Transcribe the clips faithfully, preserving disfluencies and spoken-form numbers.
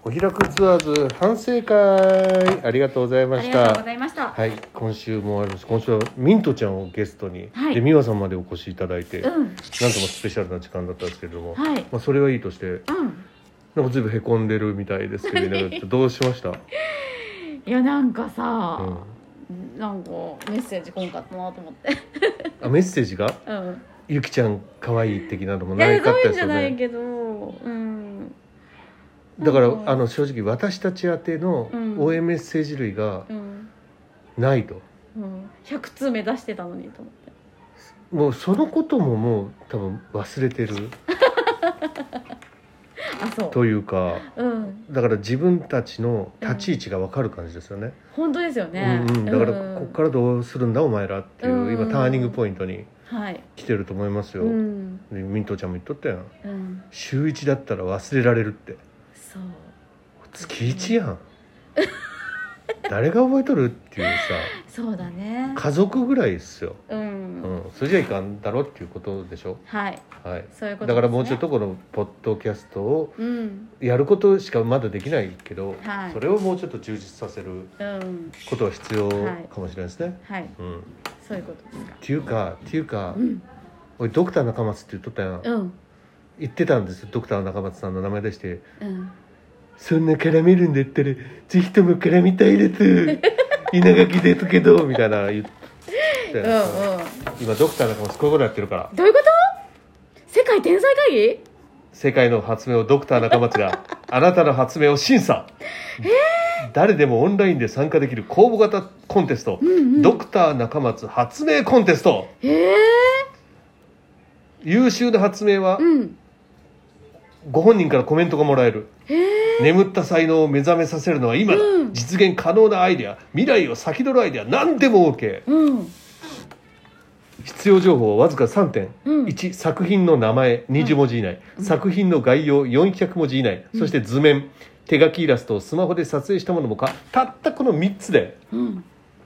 お開くツアーズ反省会ありがとうございました。 ありがとうございました。 はい、今週もあるし、今週はミントちゃんをゲストに、 はい、 で美和さんまでお越しいただいて、うん、なんともスペシャルな時間だったんですけれども、 はい、 まあ、それはいいとして、うん、なんかずいぶんへこんでるみたいですけど、ね、どうしました？いやなんかさ、うん、なんかメッセージ来んかったなと思ってあ、メッセージが、うん、ゆきちゃん可愛い的なのもないかったですよね。 いやそういうんじゃないけど、うん、 だからあの正直私たち宛ての応援メッセージ類がないと、 うんうん、ひゃくつうめ指してたのにと思って、 もうそのことももう多分忘れてるあそうというか、 うん、 だから自分たちの立ち位置が分かる感じですよね、うん、 本当ですよね、 うんうん、だからここからどうするんだお前らっていう、うん、今ターニングポイントに来てると思いますよ、うん、でミントちゃんも言っとったやん、うん、週いちだったら忘れられるって。 そう月いちやん誰が覚えとるっていうさ、 そうだね、 家族ぐらいですよ、うんうん、 それじゃいかんだろっていうことでしょ。 はい、 はい、 そういうことですね。 だからもうちょっとこのポッドキャストをやることしかまだできないけど、うん、それをもうちょっと充実させることは必要かもしれないですね、 はい、うん、そういうことですか。 っていうかっていうか、うん、俺ドクター中松って言っとったやん、うん、言ってたんですよ。ドクター中松さんの名前出して、うん、そんな絡めるんだったらぜひとも絡みたいです稲垣ですけどみたいな言って、うん、うん、今ドクター中松こういうことやってるから。 どういうこと？世界天才会議？ 世界の発明をドクター中松があなたの発明を審査誰でもオンラインで参加できる公募型コンテスト、うんうん、ドクター中松発明コンテスト。優秀な発明は、うん、ご本人からコメントがもらえる。眠った才能を目覚めさせるのは今だ、うん、実現可能なアイデア、未来を先取るアイデア、何でも OK、うん、必要情報はわずかさんてん、うん、いち作品の名前にじゅうもじ以内、うん、作品の概要よんひゃくもじ以内、うん、そして図面、手書きイラストをスマホで撮影したものもか、たったこのみっつで、うん、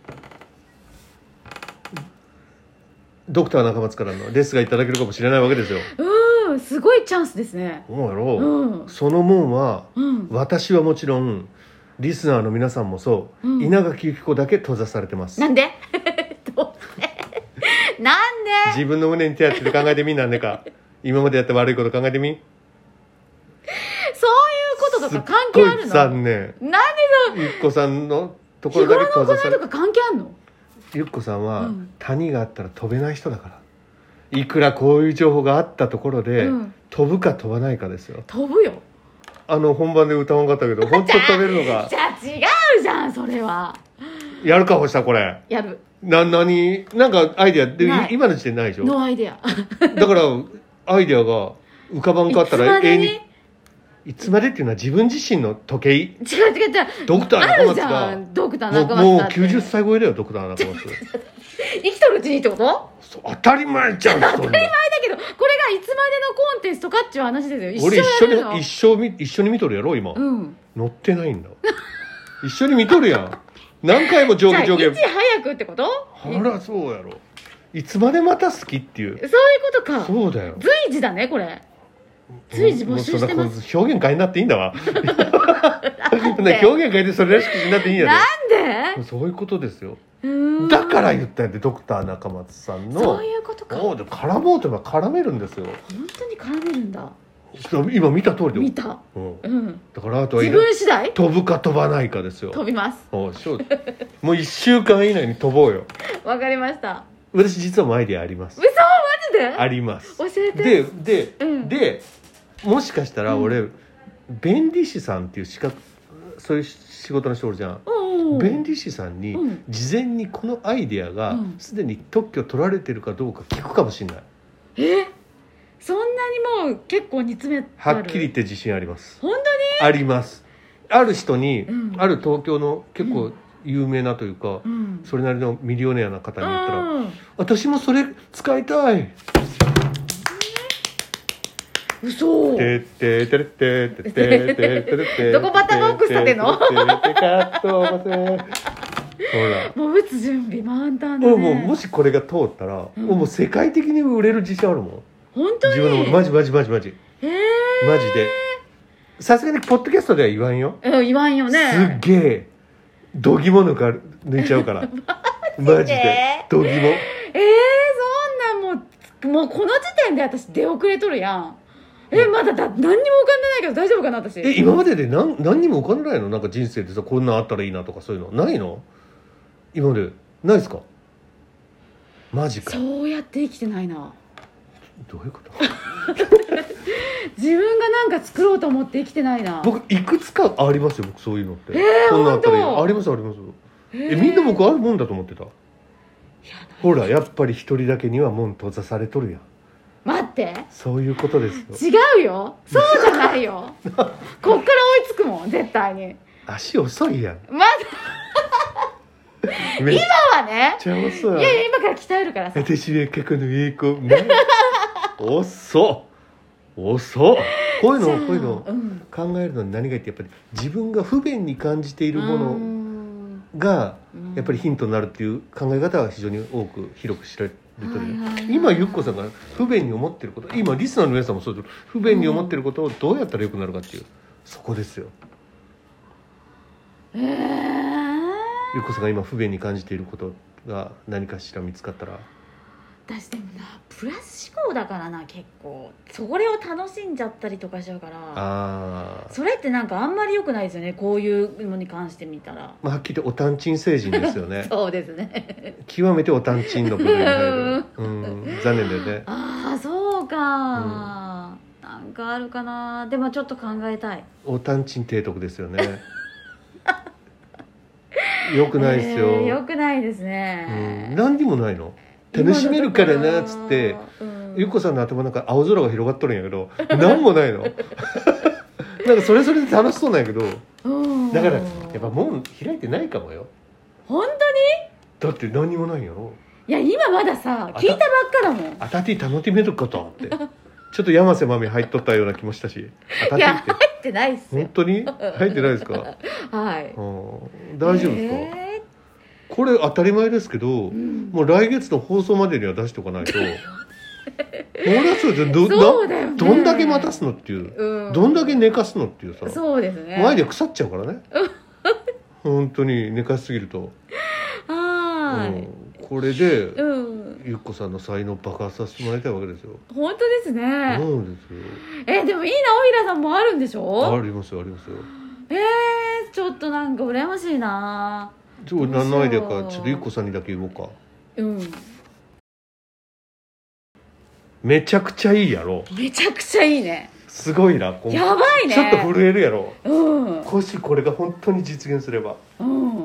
ドクター中松からのレスがいただけるかもしれないわけですよ。 うん、すごいチャンスですね。 そうやろう、うん、そのもんは、うん、私はもちろんリスナーの皆さんもそう、うん、稲垣由紀子だけ閉ざされてます。 なんでどうしてなんで自分の胸に手当てて考えてみんなんでか今までやった悪いこと考えてみ。 そういうこととか関係あるの？ すっごい残念。 なんでのゆっこさんのところだけ閉ざされて。 日頃の行いとか関係あるの？ ゆっこさんは、うん、谷があったら飛べない人だから。いくらこういう情報があったところで、うん、飛ぶか飛ばないかですよ。 飛ぶよ。あの本番で歌わんかったけど本当飛べるのがじゃあ違うじゃんそれは。 やるかほしたこれ。 やる。 な何なんかアイデアで今の時点ないでしょ。 ノーアイデアだからアイデアが浮かばんかったら永遠に。いつまでっていうのは自分自身の時計。違う違う違う。 ドクター中松がドクター中松もうきゅうじゅっさい超えだよドクター中松生きとるうちにってこと？ 当たり前じゃん。 当たり前だけどこれがいつまでのコンテストかっていう話ですよ。一緒俺一緒に一緒に一緒に見とるやろ今、うん、乗ってないんだ一緒に見とるやん何回も上下上下。 じゃあいち早くってこと？ あらそうやろ。いつまでまた好きっていう。 そういうことか。そうだよ。随時だねこれ。随時募集してます。 表現変えなっていいんだわ表現変えてそれらしくしなっていいんやで。 なんで？ そういうことですよ。だから言ったんでドクター中松さんのそういうことか。 もう絡もうとば絡めるんですよ。 本当に絡めるんだ。 今見た通りで見た、 うんうん、だからあとは自分次第飛ぶか飛ばないかですよ。 飛びます。 おそうもういっしゅうかん以内に飛ぼうよ。 わかりました。 私実はもうアイデアあります。 嘘マジで？ あります。 教えて。 でで、うん、でもしかしたら俺、うん、弁理士さんっていう資格そういう仕事の人おるじゃん。弁理士さんに事前にこのアイデアがすでに特許取られてるかどうか聞くかもしれない。 えそんなにもう結構煮詰めてはっきり言って自信あります。 本当にあります。ある人に、うん、ある東京の結構有名なというか、うん、それなりのミリオネアな方に言ったら、うん、私もそれ使いたい。 嘘。 てってってってってってってどこバターボックス立てんの？ほらもう打つ準備満タンだね。 もうもしこれが通ったら、うん、もう世界的に売れる自信あるもん。 本当に？ 自分のマジマジマジマジ。 へーマジで。 さすがにポッドキャストでは言わんよ、 うん、言わんよね。 すっげえ度肝抜か抜いちゃうからマジで度肝。 えー、そんなんもうもうこの時点で私出遅れとるやん。え、まだだ何にも浮かんでないけど大丈夫かな私。 え、今までで何何にも浮かんでないの？なんか人生でさ、こんなんあったらいいなとかそういうのないの？今までないですか？マジか。 そうやって生きてないな。 どういうこと自分がなんか作ろうと思って生きてないな。 僕いくつかありますよ、僕そういうのって。 えー、 こんなんあったらいい。 本当？ ありますあります。 えー、 え、みんな僕あるもんだと思ってた。ほらやっぱり一人だけには門閉ざされとるやん。 待って、 そういうことですよ。 違うよ、そうじゃないよこっから追いつくもん絶対に。 足遅いやん。 まだ今はね、 ちゃ遅い。 いやいや今から鍛えるからさ。 私は過去の栄光遅っ遅っ。こういうのこういうの、うん、考えるのに何がいいって、やっぱり自分が不便に感じているものがやっぱりヒントになるっていう考え方は非常に多く広く知られてるという。今ゆっこさんが不便に思っていること、今リスナーの皆さんもそうですけど、不便に思っていることをどうやったら良くなるかっていう、そこですよ。 えー、 ゆっこさんが今不便に感じていることが何かしら見つかったら。 私でもな、プラス思考だからな、結構それを楽しんじゃったりとかしちゃうから。 あ、 それってなんかあんまり良くないですよね、こういうのに関して見たら。 まあ、はっきり言っておたんちん星人ですよねそうですね極めておたんちんの部分に入る、うん、残念だよね。 ああそうか、うん、なんかあるかな。でもちょっと考えたい。 おたんちん提督ですよねよくないですよ、 えー、よくないですね、 うん、何にもないの。楽しめるからなっつって、うん、ゆっこさんの頭の中青空が広がっとるんやけど何もないのなんかそれそれで楽しそうなんやけど、だからやっぱ門開いてないかもよ。 本当に？ だって何にもないんやろ。 いや今まださ聞いたばっかだもん。 あたて楽しめることってちょっと山瀬まみ入っとったような気もしたし。あたてっていや入ってないっすよ。 本当に入ってないですかはい、 うん、大丈夫ですか、えーこれ当たり前ですけど、うん、もう来月の放送までには出しておかないとほらそうですよ、ど, そうだよね、 どんだけ待たすのっていう、うん、どんだけ寝かすのっていうさ。 そうですね、 前で腐っちゃうからね本当に寝かしすぎると。 はい、うん、 これで、うん、ゆっこさんの才能爆発させてもらいたいわけですよ。 本当ですね。 そうですよ。 えでもいいな、おひらさんもあるんでしょ。 ありますよありますよ。 えー、ちょっとなんか羨ましいな。 ちょっと何のアイデアかちょっとゆっこさんにだけ言おうか。 うん。 めちゃくちゃいいやろ。 めちゃくちゃいいね。 すごいな。 やばいね。 ちょっと震えるやろ。 うん。 もしこれが本当に実現すれば。うん。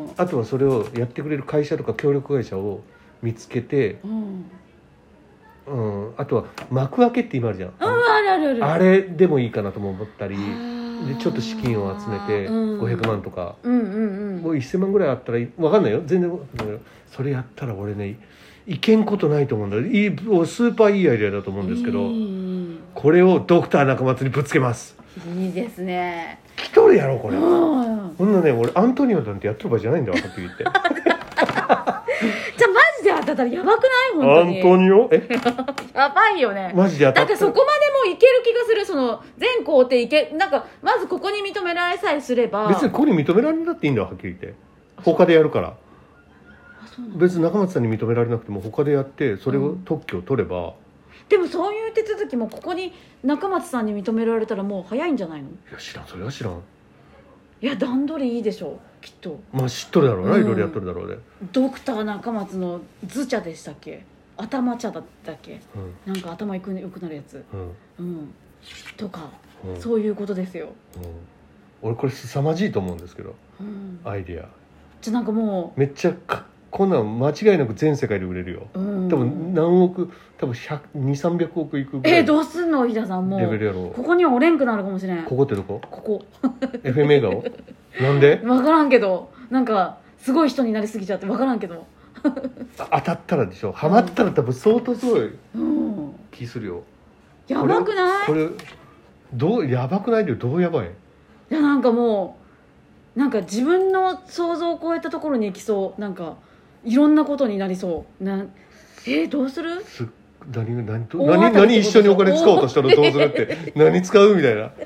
あとはそれをやってくれる会社とか協力会社を見つけて。うん。うん、あとは幕開けって今あるじゃん。 うん、あるあるある。 あれでもいいかなとも思ったり。でちょっと資金を集めてごひゃくまんとか、うんうんうん、もういっせんまんぐらいあったら分かんないよ全然。それやったら俺ねいけんことないと思うんだ。いいスーパーいいアイデアだと思うんですけど、これをドクター中松にぶつけます。 いいですね。 来とるやろこれ。こんなね俺アントニオなんてやってる場合じゃないんだわはっきり言ってじゃあマジで当たったらやばくない？本当にアントニオえやばいよね。 マジで当たった。 だってそこまでもいける気がする。その全工程いけなんかまずここに認められさえすれば。 別にここに認められなくていいんだわはっきり言って。他でやるから。別に中松さんに認められなくても他でやってそれを特許を取れば、うん、 でもそういう手続きもここに中松さんに認められたらもう早いんじゃないの？いや知らん、それは知らん。 いや段取りいいでしょきっと。まあ知っとるだろうな、うん、いろいろやっとるだろうね。 ドクター中松の頭茶でしたっけ、頭茶だったっけ、うん、なんか頭よくなるやつ、うんうん、とか、うん、そういうことですよ、 うん、俺これ凄まじいと思うんですけど、うん、アイディアじゃなんかもうめっちゃかこんなん間違いなく全世界で売れるよ、うん、多分何億多分にひゃく、さんびゃくおくいくぐらい。 えー、どうすんの飯田さん。もうレベルやろ。ここにはおれんくなるかもしれん。 ここってどこ？ ここエフエム 映画をなんで分からんけどなんかすごい人になりすぎちゃって分からんけど当たったらでしょ。ハマったら多分相当すごい気するよ、 うん、やばくない？ これ、これどうやばくないでどうやばい？いやなんかもうなんか自分の想像を超えたところに行きそう。なんかいろんなことになりそうな。えー、どうする？す何何何何一緒にお金使おうとしたらどうするって何使うみたいな。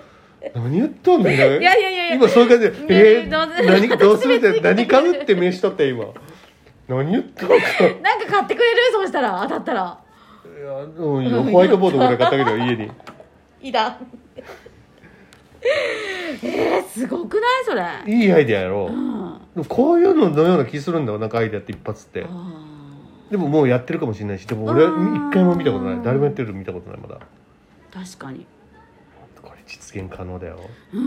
何言っとんねん。いやいやいやいや今そういう感じで、えー、 どう何どうするって何かぶって飯とって今何言っとんか。 なんか買ってくれる？そうしたら当たったら。 いや、うん、いいよ。ホワイトボードぐらい買ってあげるよ家に。 いいだ。えー、すごくないそれ。 いいアイデアやろ、 うん、 でもこういうののような気するんだよ、なんかアイデアって一発って。でももうやってるかもしれないし、でも俺は一回も見たことない、誰もやってるの見たことないまだ。 確かにこれ実現可能だよ、 うん、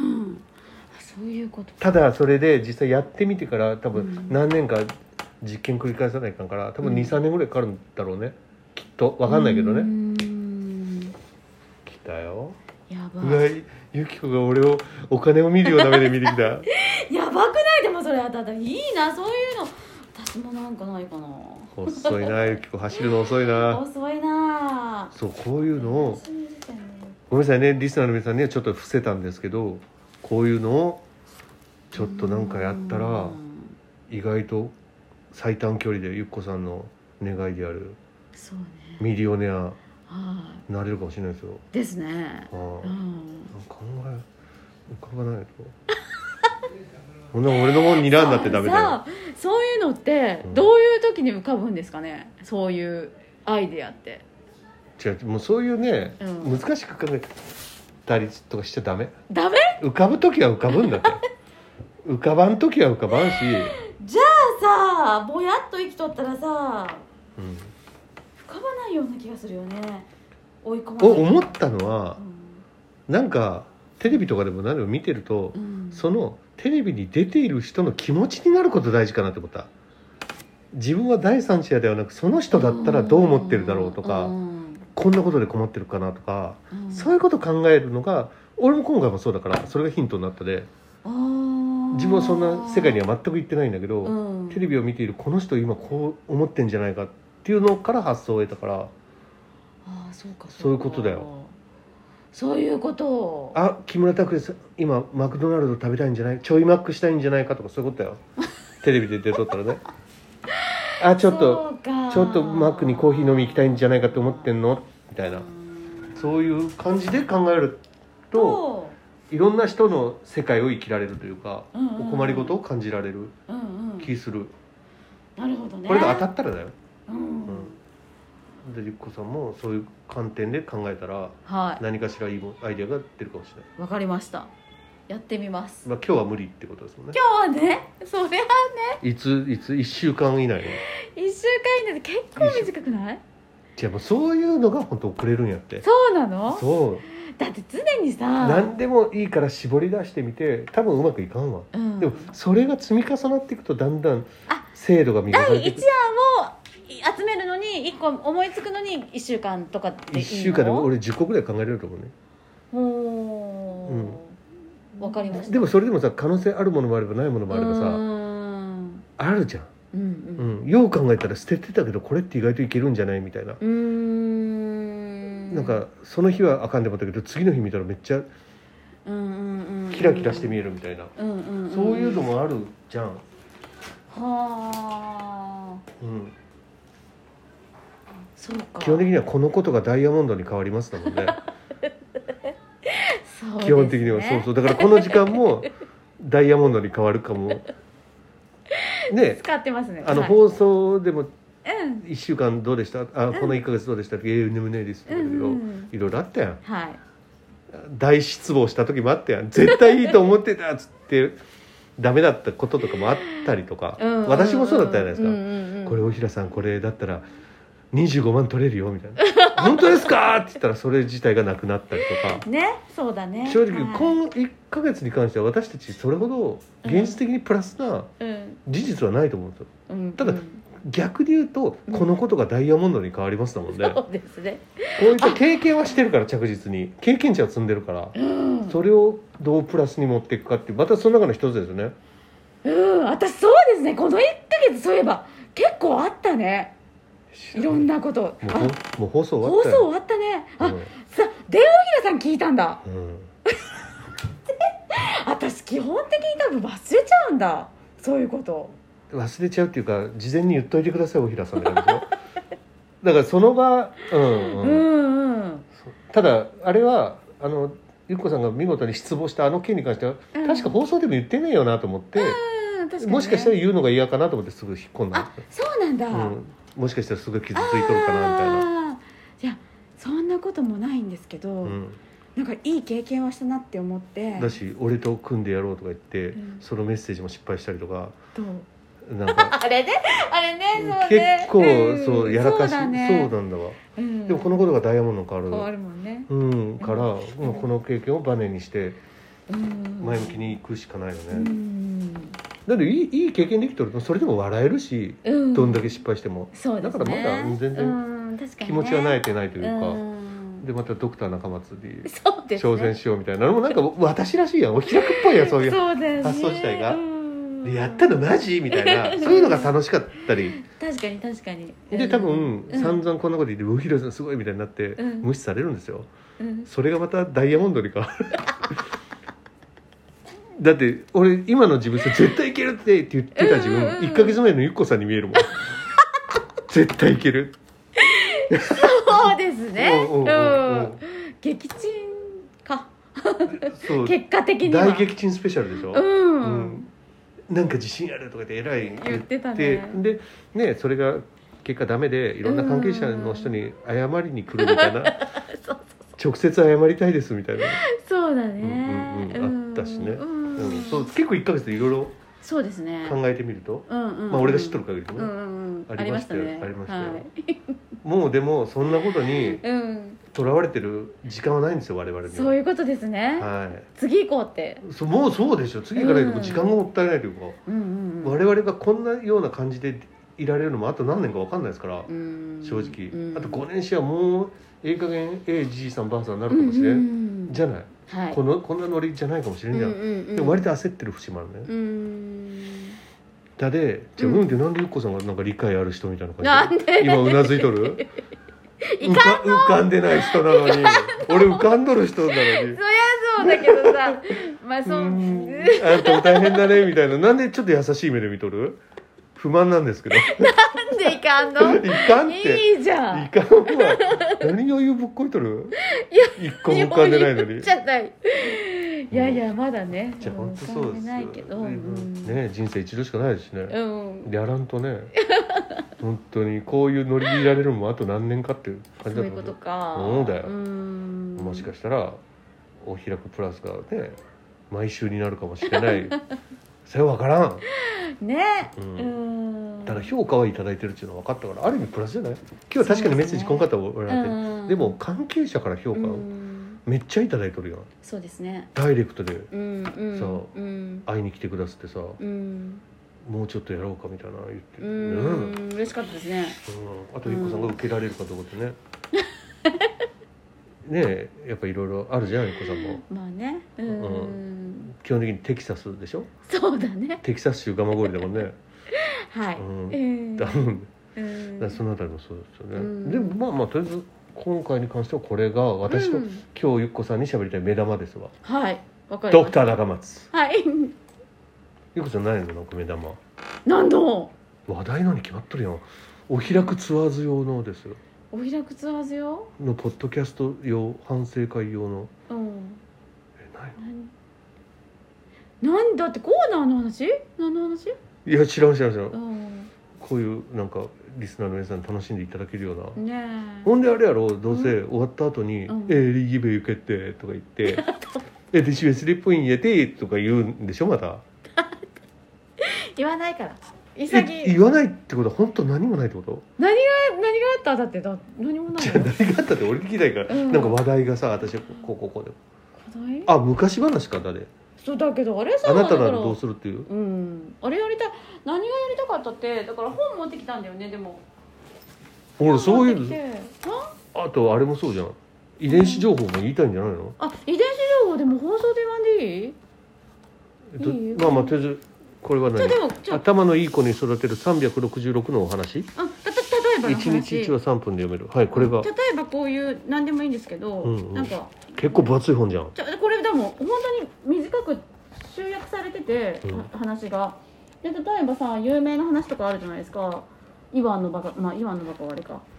そういうこと。 ただそれで実際やってみてから多分何年か実験繰り返さないかんから多分 に,さん 年ぐらいかかるんだろうね、きっと。分かんないけどね。うん来たよ。 やばい。 うわ、ゆきこが俺をお金を見るような目で見てきた。 やばくない？でもそれ当たったらいいな、そういうの。私もなんかないかな。 遅いな、ゆきこ走るの遅いな。 遅いな。 そう、こういうのをごめんなさいね、リスナーの皆さんにはちょっと伏せたんですけど、こういうのをちょっとなんかやったら意外と最短距離でゆっこさんの願いであるそうね、 ミリオネアなれるかもしれないですよ。 ですね。 ああ、 うん、 考え浮かばないと。ほんな俺のもんにらんだってダメだよ。 そういうのってどういう時に浮かぶんですかね、うん、そういうアイデアって。 違う、もうそういうね、 うん、 難しく考えたりとかしちゃダメ。ダメ？ 浮かぶ時は浮かぶんだって。浮かばん時は浮かばんし。 じゃあさ、ぼやっと生きとったらさ、うん、浮かばないような気がするよね。追い込まれる。 思ったのは、うん、なんかテレビとかでも何でも見てると、うん、そのテレビに出ている人の気持ちになること大事かなって思った。自分は第三者ではなくその人だったらどう思ってるだろうとか、うん、こんなことで困ってるかなとか、うん、そういうことを考えるのが、俺も今回もそうだからそれがヒントになったで、自分はそんな世界には全く行ってないんだけど、うん、テレビを見ているこの人今こう思ってんじゃないかっていうのから発想を得たから、 あ、そうかそうか、 そういうことだよ。 そういうことを、 あ、木村拓哉さん今マクドナルド食べたいんじゃない、ちょいマックしたいんじゃないかとか、そういうことだよ。テレビで出とったらね。あ、ちょっとちょっとマックにコーヒー飲み行きたいんじゃないかって思ってんのみたいな、そういう感じで考えるといろんな人の世界を生きられるというか、うんうんうん、お困りごとを感じられる気する、 うんうん、なるほどね。 これが当たったらだよ、 うんうんうん、でゆっこさんもそういう観点で考えたら、はい、何かしらいいアイデアが出るかもしれない。 わかりました、やってみます。 まあ、今日は無理ってことですもんね。 今日はね、それはね、 いついついっしゅうかん以内にいっしゅうかん以内で結構短くない？ いや、もうそういうのが本当遅れるんやって。 そうなの？ そうだって常にさ、 何でもいいから絞り出してみて多分うまくいかんわ、うん、でもそれが積み重なっていくとだんだん精度が磨かれていく。 だいいち案を集めるのにいっこ思いつくのにいっしゅうかんとかっていいの？いっしゅうかんで俺じゅっこぐらい考えれると思うね。 ほー、うん、わかりました。 でもそれでもさ、可能性あるものもあればないものもあればさ、あるじゃん、うんうんうん、よう考えたら捨ててたけどこれって意外といけるんじゃないみたいな、うーん、なんかその日はあかんでもったけど次の日見たらめっちゃキラキラして見えるみたいな、うんうんうん、そういうのもあるじゃん。はあ、 うん、 そうか。 基本的にはこのことがダイヤモンドに変わりますだもんね。 そうですね、 基本的にはそうそう、だからこの時間もダイヤモンドに変わるかもね。 使ってますね。 あの放送でもいっしゅうかんどうでした、あ、このいっかげつどうでしたって、ええ、眠ねえですって言うけど、いろいろあったやん、 はい、 大失望した時もあったやん、絶対いいと思ってたっつってダメだったこととかもあったりとか、私もそうだったじゃないですか、うんうんうん、これ大平さんこれだったらにじゅうごまん取れるよみたいな本当ですかって言ったらそれ自体がなくなったりとかね。そうだね。 正直、はい、今いっかげつに関しては私たちそれほど現実的にプラスな事実はないと思うんですよ、うんうん、ただ逆に言うと、うん、このことがダイヤモンドに変わりますだもんね。 そうですね。 こういった経験はしてるから、着実に経験値は積んでるから、うん、それをどうプラスに持っていくかっていう、またその中の一つですよね。 うん、私そうですね、このいっかげつそういえば結構あったね、いろんなこと。もう、もう放送終わったよ。 放送終わったね。あ、うん、さ、電話ひらさん聞いたんだ、うん、私基本的に多分忘れちゃうんだ、そういうこと忘れちゃうっていうか、事前に言っといてください大平さんって感じでしょ。だからその場、うんうんうんうん、ただあれはあのゆっこさんが見事に失望したあの件に関しては、 うん、 確か放送でも言ってねえよなと思って、 うん確かにね、 もしかしたら言うのが嫌かなと思ってすぐ引っ込んだ。 あそうなんだ、うん、 もしかしたらすぐ傷ついとるかなみたいな。 いやそんなこともないんですけど、うん、なんかいい経験はしたなって思って。 だし俺と組んでやろうとか言って、うん、そのメッセージも失敗したりとか。 どうなんかあれねあれねそうね結構、うん、そうやらかし そう,、ね、そうなんだわ、 うん、 でもこのことがダイヤモンドに変わる変わるもんね、 うん、から、うん、もうこの経験をバネにして前向きにいくしかないよね、うん、だっていい、いい経験できとるとそれでも笑えるし、うん、どんだけ失敗しても、 そうですね、 だからまだ全然気持ちは慣れてないというか、うん、でまたドクター中松で挑戦しようみたいなのもなんか私らしいやん、お開くっぽいやん、そういう発想自体が、でやったのマジみたいなそういうのが楽しかったり確かに確かに、 で多分、うん、散々こんなこと言ってウヒロさんすごいみたいになって、うん、無視されるんですよ、うん、それがまたダイヤモンドに変わるだって俺今の自分絶対いけるって言ってた自分、うんうんうん、いっかげつまえのゆっこさんに見えるもん絶対いけるそうですね、うんうんうんうん、撃沈かそう結果的には大撃沈スペシャルでしょ、うんうんなんか自信あるとかで偉い言ってたね。 でねそれが結果ダメでいろんな関係者の人に謝りに来るみたいなそうそうそう直接謝りたいですみたいなそうだね、 うんうんうん、あったしね、うんうん、そう結構いっかげつでいろいろそうですね考えてみると、 うんうんうん、 まあ俺が知っとる限りでも、 うんうん、 ありましたよ、 ありましたよ、はい、 もうでもそんなことにとらわれてる時間はないんですよ我々には。 そういうことですね、はい、次行こうってそもうそうでしょ、次行かないと時間がもったいないというか、うんうんうん、我々がこんなような感じでいられるのもあと何年か分かんないですから、うん、正直、うん、あとごねんしはもうええ加減ええじいさんばあさんになるかもしれん、うんうん、じゃない、はい、このこんなノリじゃないかもしれんじゃん、うんうんうん、でも割と焦ってる節もあるね、うんだでじゃあ、うん、うんでなんでゆっこさんがなんか理解ある人みたいな感じで今うなずいとる浮か、浮かんでない人なのに俺浮かんどる人なのにそりゃそうだけどさまあそううんあんた大変だねみたいななんでちょっと優しい目で見とる不満なんですけどなんでいかんのいかんっていいじゃんいかんわ何余裕ぶっこいとるいや一個も浮かんでないのにじゃないいやいやまだねじゃあ本当そうですないけど、うん、 ね人生一度しかないですしね、うん、やらんとね本当にこういうノリでいられるのもあと何年かっていう感じだと思う。 そういうことかそうだよ。もしかしたらお開くプラスがね毎週になるかもしれないそれは分からんね、 うん、うんただ評価はいただいてるっていうのは分かったからある意味プラスじゃない。今日は確かにメッセージこんかったら俺らって、ね、でも関係者から評価をめっちゃいただいとるやん。 そうですねダイレクトで、 うんうん、 さ、 うん、 会いに来てくださってさ、 うん、 もうちょっとやろうかみたいな言ってうん、ね、嬉しかったですね、 うん、あとゆっこさんが受けられるかどうかってね、うん、ねえやっぱいろいろあるじゃんゆっこさんもまあね、うん、うん、 基本的にテキサスでしょ。 そうだねテキサス州蒲郡だもんねはい、うん、 えー、だもん、うん、だそのあたりもそうですよね、うん、でもまあまあとりあえず今回に関してはこれが私と、うん、今日ゆっこさんに喋りたい目玉ですわ。 はいわかりました。 ドクター中松。 はいゆっこさんないのなんか目玉何の話題のに決まっとるやん。お開くツアーズ用のですよ。 お開くツアーズ用のポッドキャスト用反省会用の、うん、えないのなんだってコーナーの話何の話。 いや知らん知らん知らん、うん、こういうなんかリスナーの皆さんに楽しんでいただけるような、ね、ほんであれやろどうせ終わった後に「うん、えー、リーギベユケって」とか言って「えデシベスリップインやて」とか言うんでしょまた言わないから潔い言わないってことは本当何もないってこと。 何が何があっただってだ何もないじゃあ何があったって俺聞きたいから、うん、なんか話題がさ私はこうこうこうで話題あ昔話か誰そうだけどあれさあなたならどうするっていう、 うん、あれやりたい何がやりたかったってだから本持ってきたんだよね。でも俺そういうあとあれもそうじゃん遺伝子情報も言いたいんじゃないの、うん、あ遺伝子情報でも放送で言わんでいい、 えっと、いいまあまあとりあえずこれは何頭のいい子に育てるさんびゃくろくじゅうろくのお話。あたた例えばの話いちにちいちわさんぷんで読める。はいこれが例えばこういう何でもいいんですけど、うんうん、なんか結構分厚い本じゃん。 じゃこれでも本当に短く集約されてて、うん、話がで例えばさ有名な話とかあるじゃないですか。イワンのバカまあイワンのバカはあれか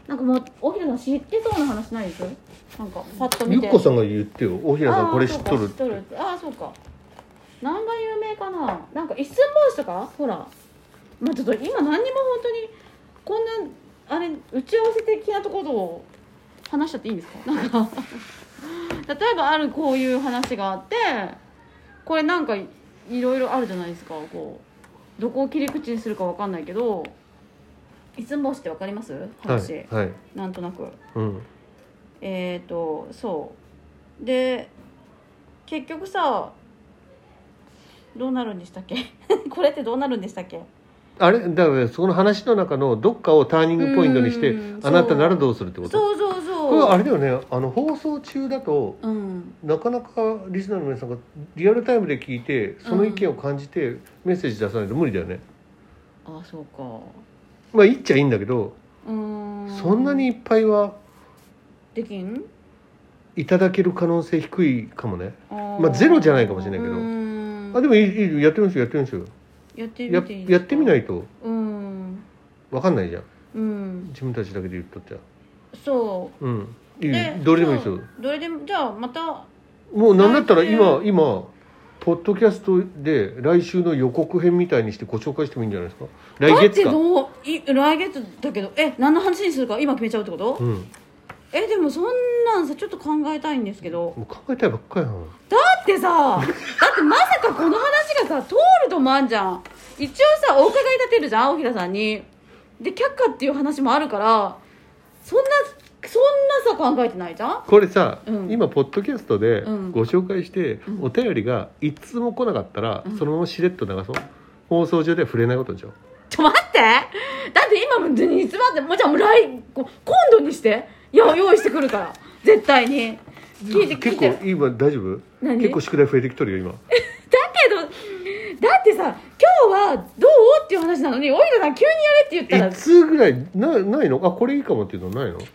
なんかもう大平さん知ってそうな話ないです？なんかパッと見て。 ゆっこさんが言ってよ。大平さんこれ知っとるって。 ああそうか。何が有名かな。なんか一寸法師とかほら。まあちょっと今何にも本当にこんなあれ打ち合わせ的なところを話しちゃっていいんですか？なんか例えばあるこういう話があって、これなんかいろいろあるじゃないですか。こうどこを切り口にするかわかんないけど、一寸法師ってわかります話、 はいはい、 なんとなく、 うん、 えっ、ー、とそうで結局さどうなるんでしたっけこれってどうなるんでしたっけ。 あれだからその話の中のどっかをターニングポイントにしてあなたならどうするってこと。 そうそうそう。 これはあれだよね、あの放送中だと、 うん、 なかなかリスナーの皆さんがリアルタイムで聞いてその意見を感じてメッセージ出さないと無理だよね、 うん、ああそうか。 まあ言っちゃいいんだけど、 うーんそんなにいっぱいはできんいただける可能性低いかもね。あまあゼロじゃないかもしれないけど、あでもいいいいやってみましょうやってみましょうやってみていいですか。 や, やってみないとうん分かんないじゃん、 うん、 自分たちだけで言っとっちゃそう、 うん、いいどれでもいいですよ。 どれでもじゃあまたもうなんだったら今今ポッドキャストで来週の予告編みたいにしてご紹介してもいいんじゃないですか。来月か。 だってどうい来月だけどえ何の話にするか今決めちゃうってこと、うん、えでもそんなんさちょっと考えたいんですけど。 もう考えたいばっかりやん。 だってさだってまさかこの話がさ通ると思わんじゃん。一応さお伺い立てるじゃん大平さんに。で却下っていう話もあるからそんなそんなさ考えてないじゃん。 これさ、 うん、 今ポッドキャストでご紹介して、うん、お便りが一通も来なかったら、うん、そのまましれっと流そう。放送上では触れないことでしょ。 ちょ待ってだって今もいつまでもうじゃあもう来今度にしていや用意してくるから絶対に聞いて結構今大丈夫？結構宿題増えてきとるよ今だけどだってさ今日はどうっていう話なのにおいらさん急にやれって言ったらいつぐらい な, ないのあこれいいかもっていうのないの。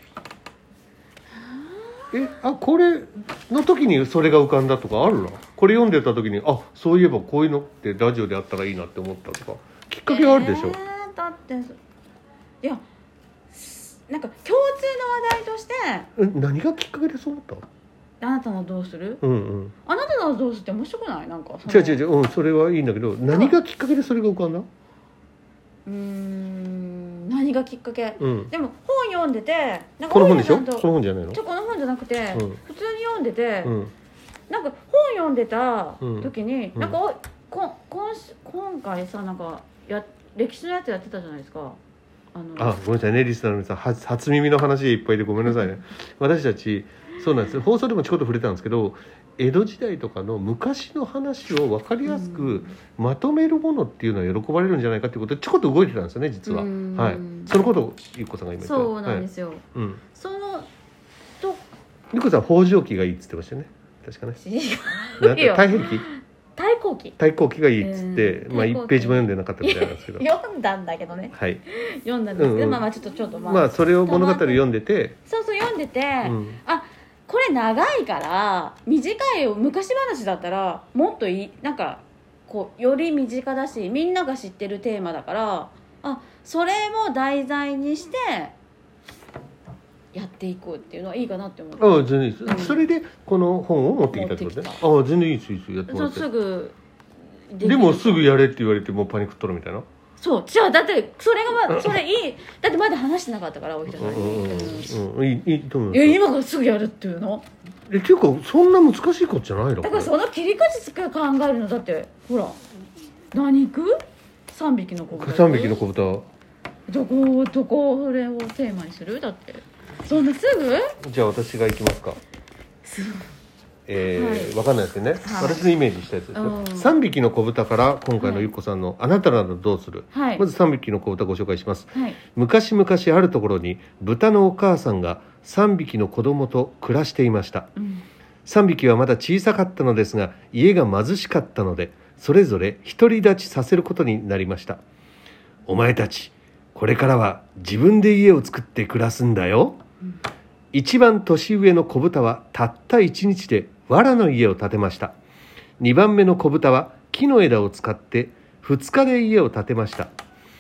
えあこれの時にそれが浮かんだとかあるの。これ読んでた時にあそういえばこういうのってラジオであったらいいなって思ったとかきっかけがあるでしょ、えー、だっていやなんか共通の話題としてえ何がきっかけでそう思った。 あなたのどうする、 うんうん、 あなたのどうするって面白くない。なんか違う違う違う、うん、それはいいんだけど何がきっかけでそれが浮かんだ。 うーん何がきっかけ、うん、でも本読んでてなんかこの本でしょ。その本じゃないの。 ちょこの本じゃなくて、うん、普通に読んでて、うん、なんか本読んでた時に、うん、なんかおこ今今回さなんかや歴史のやつやってたじゃないですか。 あのあごめんなさいねリスナーの皆さん初、初耳の話いっぱいでごめんなさいね私たちそうなんです。放送でもちょこっと触れたんですけど江戸時代とかの昔の話を分かりやすくまとめるものっていうのは喜ばれるんじゃないかっていうことでちょこっと動いてたんですよね実は、はい、そのことをゆっこさんが今言った。 そうなんですよ、はいうん、そのとゆっこさん北条記がいいっつってましたよね確かね。違うよ太平記太閤記太閤記がいいっつって、えー、まあいちページも読んでなかったみたいなんですけど読んだんだけどね、 はい、 読んだんですけど、うんうん、まあまあちょっとちょっとまあ、 まあそれを物語読んでてそうそう読んでて、うん、あこれ長いから短い昔話だったらもっといいなんかこうより身近だしみんなが知ってるテーマだからあそれも題材にしてやっていこうっていうのはいいかなって思って。 ああ全然いいです、うん、それでこの本を持ってきたってことね。ああ全然いいですいいですやってもらって。 そうすぐで, でもすぐやれって言われてもうパニックっとるみたいな。 そうじゃあだってそれがまそれいいだってまだ話してなかったから大平さんに、 うんうん、いいいいと思う。 え今からすぐやるっていうのえっていうかそんな難しいことじゃないの。 だからその切り口から考えるのだってほら何行く三匹の子豚三匹の子豚どこどこそれをテーマにするだってそんなすぐじゃあ私が行きますか。 すぐえーはい、分かんないですけどね、はい、私のイメージしたやつですよ。さんびきの子豚から今回のゆっこさんのあなたならどうする、はい、まずさんびきの子豚ご紹介します、はい、昔々あるところに豚のお母さんがさんびきの子供と暮らしていました、うん、さんびきはまだ小さかったのですが家が貧しかったのでそれぞれ独り立ちさせることになりました。お前たちこれからは自分で家を作って暮らすんだよ、うん、一番年上の子豚はたった一日で藁の家を建てました。にばんめの子豚は木の枝を使ってふつかで家を建てました。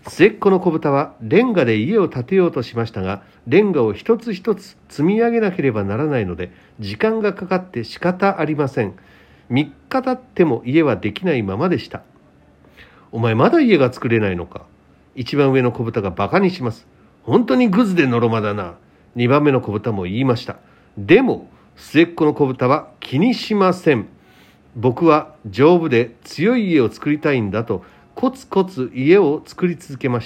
末っ子の子豚はレンガで家を建てようとしましたが、レンガを一つ一つ積み上げなければならないので時間がかかって仕方ありません。みっか経っても家はできないままでした。お前まだ家が作れないのか。一番上の子豚がバカにします。本当にグズでのろまだな。二番目の子豚も言いました。でも末っ子の子豚は気にしません。僕は丈夫で強い家を作りたいんだとコツコツ家を作り続けました。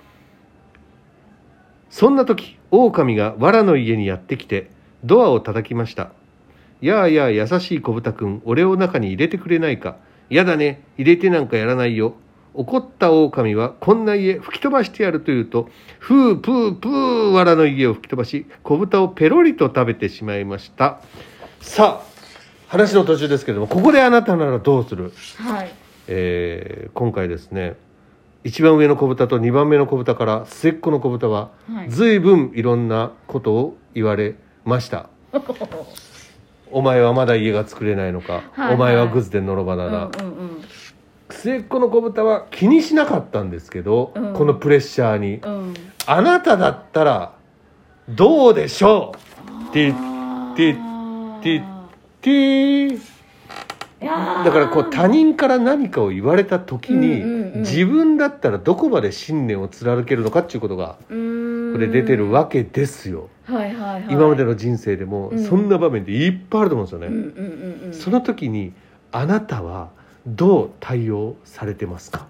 そんな時、狼が藁の家にやってきてドアを叩きました。やあやあ優しい子豚くん、俺を中に入れてくれないか。やだね、入れてなんかやらないよ。怒った狼はこんな家吹き飛ばしてやると言うと、ふーぷーぷー藁の家を吹き飛ばし、子豚をペロリと食べてしまいました。さあ、話の途中ですけれども、ここであなたならどうする？ はい。 えー、今回ですね、一番上の子豚と二番目の子豚から末っ子の子豚は随分いろんなことを言われました。お前はまだ家が作れないのか、はいはい、お前はグズでのろまだな、うんうんうん、末っ子の子豚は気にしなかったんですけど、うん、このプレッシャーに、うん、あなただったらどうでしょうって言ってってってだからこう他人から何かを言われた時に、うんうんうん、自分だったらどこまで信念を貫けるのかっていうことがこれ出てるわけですよ、はいはいはい、今までの人生でもそんな場面でいっぱいあると思うんですよね、うんうんうんうん、その時にあなたはどう対応されてますか、はい、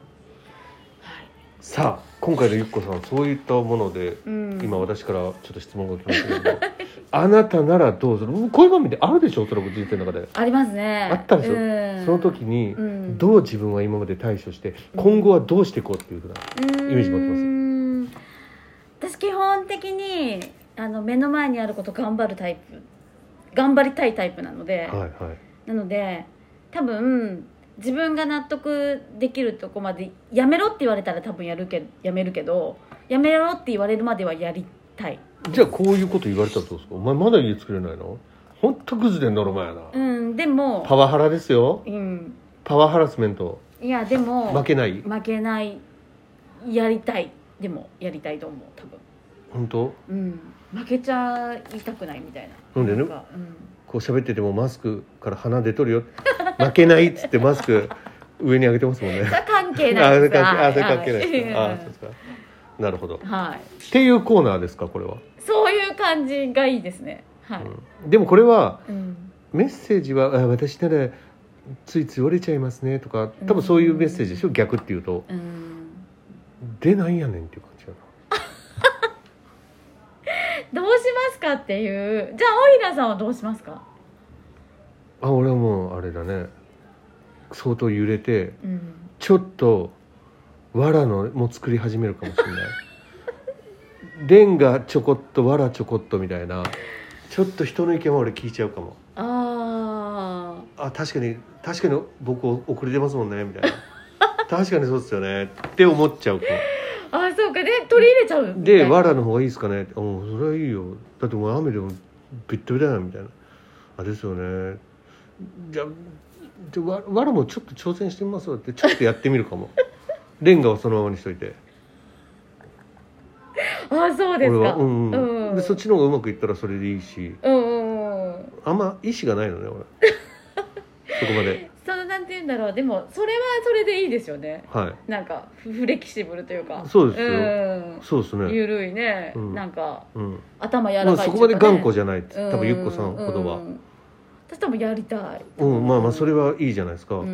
さあ今回のゆっこさんそういったもので、うん、今私からちょっと質問が来ましたけどあなたならどうする？こういう場面であるでしょ、おそらく人生の中で。ありますね。 あったでしょ、うん、その時にどう自分は今まで対処して、うん、今後はどうしていこうっていうふうなイメージ持ってます？ 私基本的にあの目の前にあること頑張るタイプ、頑張りたいタイプなので、はいはい、なので多分自分が納得できるとこまでやめろって言われたら多分やるけやめるけど、やめろって言われるまではやりたい。 じゃあこういうこと言われたらどうですか？お前まだ家作れないの？ほんとグズでんのろまやな。 うんでもパワハラですよ、うん、パワーハラスメント。 いやでも負けない負けないやりたい。でもやりたいと思う多分。 本当？ うん負けちゃいたくないみたいな。 なんでね、うん、こう喋っててもマスクから鼻出とるよ負けないっつってマスク上に上げてますもんね。 関係ないですか？ あ、それ関係ないですか？あ、そうですか。なるほど、 はい、 っていうコーナーですかこれは？ そういう感じがいいですね、はい、 うん、でもこれは、うん、メッセージはあ私ならついつい折れちゃいますねとか多分そういうメッセージでしょ、うん、逆っていうと、うん、でなんやねんっていう感じやなどうしますかっていう。じゃあ大平さんはどうしますか？ あ俺はもうあれだね、相当揺れて、うん、ちょっと藁のも作り始めるかもしれないレンガちょこっと藁ちょこっとみたいな、ちょっと人の意見は俺聞いちゃうかも。ああ確かに確かに僕遅れてますもんねみたいな確かにそうですよねって思っちゃうかも。 あそうかで取り入れちゃうで藁の方がいいですかねって、おそれはいいよだってもう雨でもビッタビタだよみたいな、あですよね、じゃあ藁もちょっと挑戦してみますってちょっとやってみるかもレンガをそのままにしといてあそうですか。俺は、 うんうんうん、でそっちの方がうまくいったらそれでいいし、うんうんうん、あんま意思がないのね俺そこまでそのなんて言うんだろう、でもそれはそれでいいですよね、はい、なんかフレキシブルというか。 そうですよ、うん、そうですね、 ゆるいね、うん、なんか、うん、頭柔らかい、ね、 まあ、そこまで頑固じゃない多分ゆっこさんほどは、うん、 私多分やりたい、 うん、まあまあそれはいいじゃないですか、うん、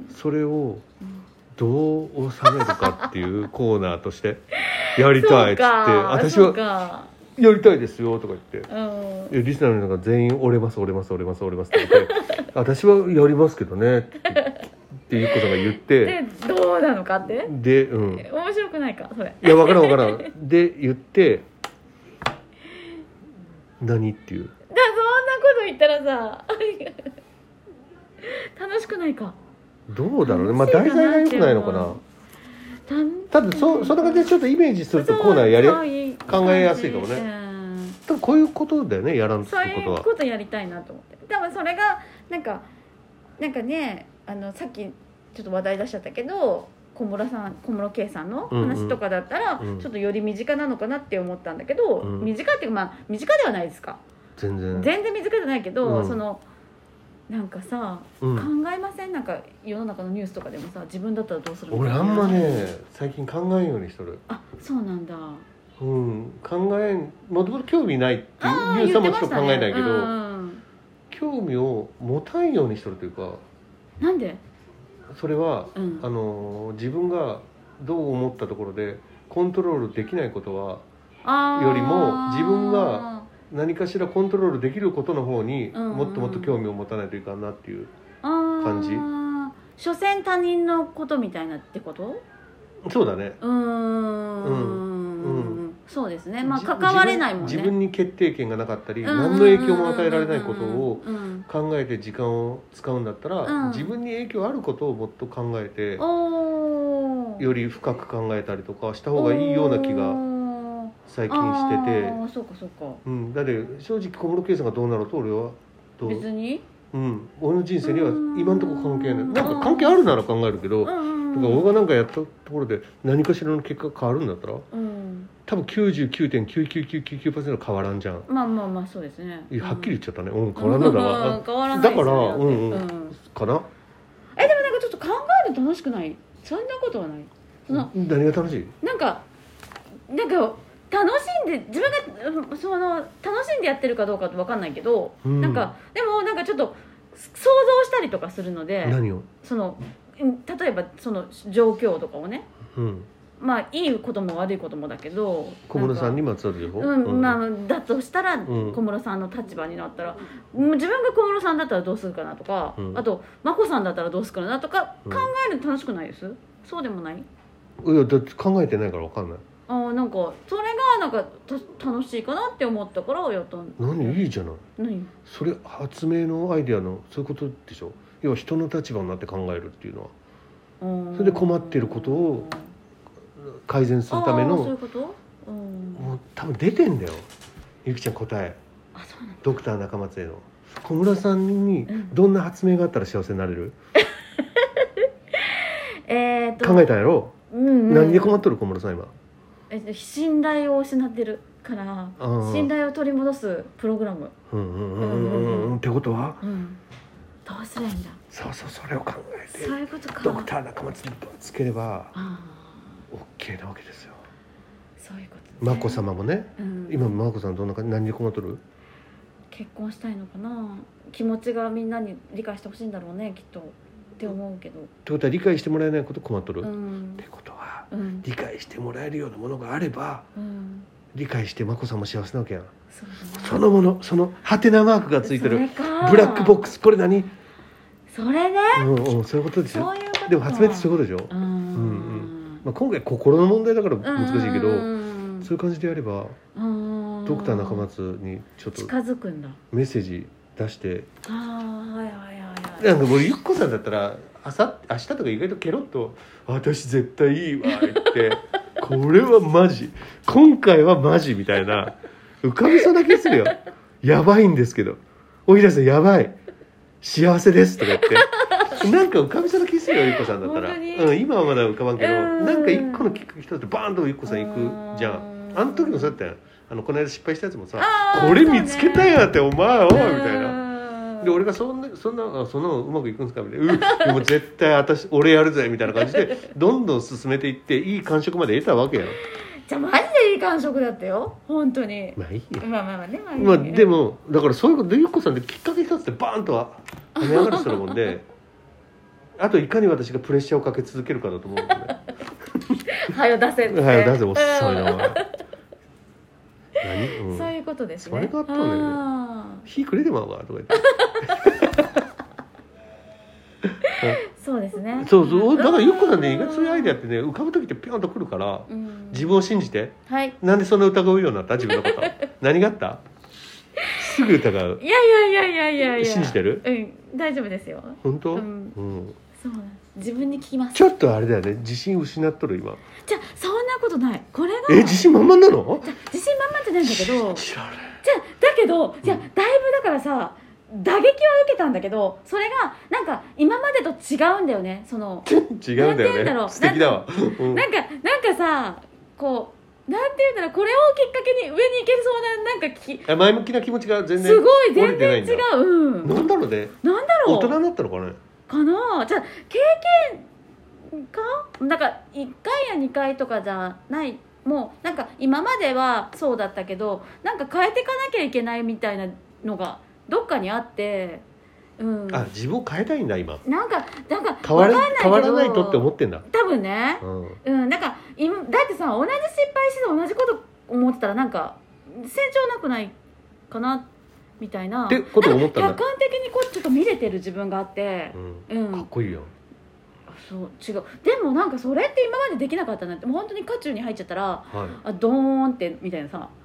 それをどう収めるかっていうコーナーとしてやりたいっつって私はやりたいですよとか言って、うん、リスナーの中全員折れます折れます折れます折れますって言って私はやりますけどねってってゆっこさんが言ってでどうなのかってで、うん、 面白くないかそれ。 いや分からん分からんで言って何っていうだそんなこと言ったらさ楽しくないか。 どうだろうね、まあ題材が良くないのかな。ただ そ, そんな感じでちょっとイメージするとコーナーやり考えやすいかもね。多分こういうことだよね、やらんとすることは。 そういうことやりたいなと思って。多分それがなんかなんかね、あのさっきちょっと話題出しちゃったけど、 小室さん小室圭さんの話とかだったら、うんうん、ちょっとより身近なのかなって思ったんだけど、うん、身近っていうかまあ身近ではないですか。 全然全然身近じゃないけど、うん、そのなんかさ、うん、考えません？なんか世の中のニュースとかでもさ、自分だったらどうするの？ 俺あんまね最近考えんようにしとる。 あ、そうなんだ。 うん、考えん、もともと興味ないっていうニュースはもちろん考えないけど、うん、興味を持たんようにしとるというか。 なんで？ それは、うん、あの自分がどう思ったところでコントロールできないことはよりも自分が何かしらコントロールできることの方にもっともっと興味を持たないといかんなっていう感じ。 あ、所詮他人のことみたいなってこと？ そうだね。 うーん、うんうん、そうですね。まあ関われないもんね。 自分に決定権がなかったり、何の影響も与えられないことを考えて時間を使うんだったら、うん、自分に影響あることをもっと考えて、うん、より深く考えたりとかした方がいいような気が最近してて。 ああ、そうかそうか。 うん、だって正直小室圭さんがどうなると俺はどう別に。 うん、俺の人生には今のところ関係ない。なんか関係あるなら考えるけど、だから俺が何かやったところで何かしらの結果が変わるんだったら、うん、多分 きゅうじゅうきゅうてんきゅうきゅうきゅうきゅうきゅうパーセント 変わらんじゃん。 まあまあまあそうですね、 うん、はっきり言っちゃったね。うん、変わらんのだわ、 うん、変わらないですよね。 だからうんうん、うん、かな。 え、でもなんかちょっと考えると楽しくない？そんなことはない。その何が楽しい？ なんかなんか楽しんで自分がその楽しんでやってるかどうかって分かんないけど、うん、なんかでもなんかちょっと想像したりとかするので、 何をその例えばその状況とかをね、うん、まあいいことも悪いこともだけど、 小室さんにまつわる情報、 うん、まあだとしたら、うん、小室さんの立場になったら、自分が小室さんだったらどうするかなとか、うん、あと眞子さんだったらどうするかなとか考えると楽しくないです？うん、そうでもない？ いやだって考えてないから分かんない。 あ、なんかそれがなんかた楽しいかなって思ったからやったん。 何いいじゃない。 何それ発明のアイデアのそういうことでしょ。要は人の立場になって考えるっていうのは、それで困っていることを改善するための。 そういうこと？うん、 もう多分出てんだよゆきちゃん答え。 あ、そうなんだ。 ドクター中松への小室さんにどんな発明があったら幸せになれる？ うん、えっと考えたんやろ、うんうん、何で困っとる小室さん今？ 信頼を失ってるから信頼を取り戻すプログラム。 うんうんうんうんってことは、 うん、どうすりゃいいんだ。 そうそう、それを考えてそういうことか。 ドクター中松につければ OK なわけですよ。 そういうことね。 眞子さまもね、うん、今眞子さんどんな感じ、何で困っとる？ 結婚したいのかな。気持ちがみんなに理解してほしいんだろうねきっとって思うけど。ってことは理解してもらえないこと困っとる、うん、ってことはうん、 理解してもらえるようなものがあれば、うん、理解して眞子さんも幸せなわけやん。 そ, そのもの、そのハテナマークがついてるブラックボックス、これ何？ それね、 うんうん、そういうことですよ。でも発明ってそういうことでしょ。うん、うん、まあ、今回心の問題だから難しいけど、そういう感じでやればドクター中松にちょっと近づくんだ。 メッセージ出して。 ああ、はいはいはいはい。 なんか俺ゆっこさんだったら朝明日とか意外とケロッと私絶対いいわってこれはマジ今回はマジみたいな浮かびそうな気するよ。やばいんですけどおひらさんやばい幸せですとか言ってなんか浮かびそうな気するよゆっこさんだったら、うん、今はまだ浮かばんけど、なんか一個のきっかけ一つでバーンとゆっこさん行くじゃん。あの時もそうやったやん。あのこの間失敗したやつもさ、これ見つけたやんってお前おいみたいな。で俺がそんなそんなそんなのうまくいくんですかみたいな、うでも絶対私俺やるぜみたいな感じでどんどん進めていっていい感触まで得たわけよ。 じゃあマジでいい感触だったよ本当に。 まあいいよ。 まあまあまあね、まあいいまあ、でもだからそういうことでゆっこさんできっかけ一つでバーンとは跳ね上がる人なもんであといかに私がプレッシャーをかけ続けるかだと思うのではよ出せってはよ出せおっさいな何、 うん、そういうことですね。 それがあったのね。火くれてまうわとか言ってそうですね。 そうそう、だからゆっこさんね意外とそういうアイデアってね浮かぶ時ってピョンとくるから、うん、自分を信じて、 はい、 なんでそんな疑うようになった自分のこと何があった？すぐ疑う。 いやいやいやいやいやいや信じてる？ うん大丈夫ですよ。 本当？ うん、うん、そう自分に聞きます。 ちょっとあれだよね自信失っとる今。 じゃそんなことない。これがえ自信満々なの？ 自信満々じゃないんだけど知らない。 じゃだけどじゃだいぶだからさ打撃は受けたんだけど、それがなんか今までと違うんだよね。その違うんだよね。素敵だわ。 なんかなんかさ、こうなんていうんだろう、これをきっかけに上に行けそうな、なんかき前向きな気持ちが全然すごい全然違う。うん。 なんだろうね。 なんだろう。 大人になったのかね。 かな。じゃあ経験か。なんかいっかいやにかいとかじゃない。もうなんか今まではそうだったけど、なんか変えていかなきゃいけないみたいなのがどっかにあって、うん、 あ、自分を変えたいんだ今。 なんかなんか変わら変わらないとって思ってんだ。 多分ね、 うん、 うん、なんか今だってさ、同じ失敗して同じこと思ってたらなんか成長なくないかなみたいな。 ってこと思ったんだ。 客観的にこうちょっと見れてる自分があって、 うん、かっこいいよ。 そう違う。でもなんかそれって今までできなかったなって。もう本当に渦中に入っちゃったら、はい、あドーンってみたいなさ、はい、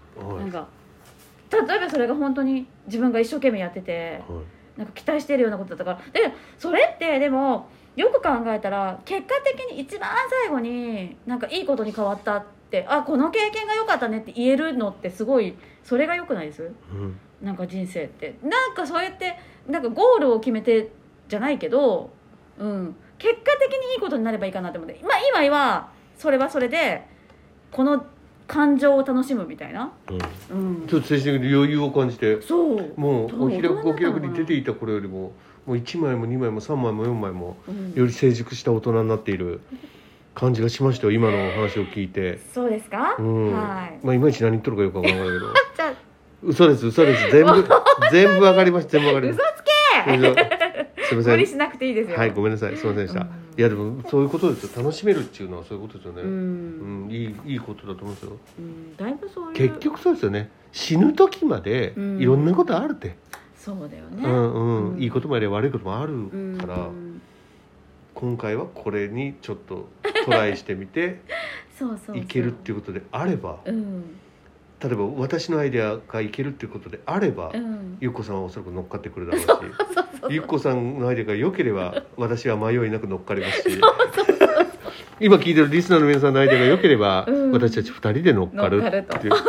なんか例えばそれが本当に自分が一生懸命やってて、はい、なんか期待してるようなことだったから。でそれってでもよく考えたら結果的に一番最後になんかいいことに変わったって、あこの経験が良かったねって言えるのってすごい、それが良くないです、うん、なんか人生ってなんかそうやってなんかゴールを決めてじゃないけど、うん、結果的にいいことになればいいかなと思って、まあ、今はそれはそれでこの感情を楽しむみたいな、 うんうん、ちょっと精神的に余裕を感じて、 そうもうお開くお開くに出ていた頃よりももういちまいもにまいもさんまいもよんまいもより成熟した大人になっている感じがしましたよ、今のお話を聞いて。 そうですか、うん、はい。 まあいまいち何言っとるかよくわからないけどじゃ嘘です嘘です全部全部わかりました全部わかりました。 嘘つけすみません、無理しなくていいですよ。 はい、ごめんなさい、すみませんでした、うん、いやでもそういうことですよ、楽しめるっていうのはそういうことですよね、うん、うん、いいいいことだと思うんですよ、うん、だいぶそういう結局そうですよね、死ぬ時までいろんなことあるって、うん、 そうだよね、 うんうん、うん、いいこともあれば悪いこともあるから、うん、今回はこれにちょっとトライしてみてそうそうそういけるっていうことであれば、うん、例えば私のアイデアがいけるっていうことであれば、うん、ゆっこさんはおそらく乗っかってくるだろうし、ゆっこさんのアイデアが良ければ私は迷いなく乗っかりますし今聞いてるリスナーの皆さんのアイデアが良ければ、うん、私たちふたりで乗っかるっていう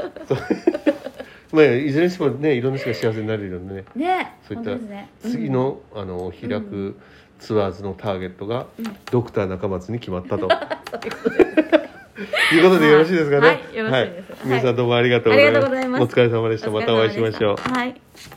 まあ、いずれにしてもね、いろんな人が幸せになれるようなね、 ね、 そういった次の、うん、あの開くツアーズのターゲットが、うん、ドクター中松に決まったということでよろしいですかね。 はい、よろしいです、はい、 皆さんどうもありがとうございます。お疲れ様でした。またお会いしましょう。 はい。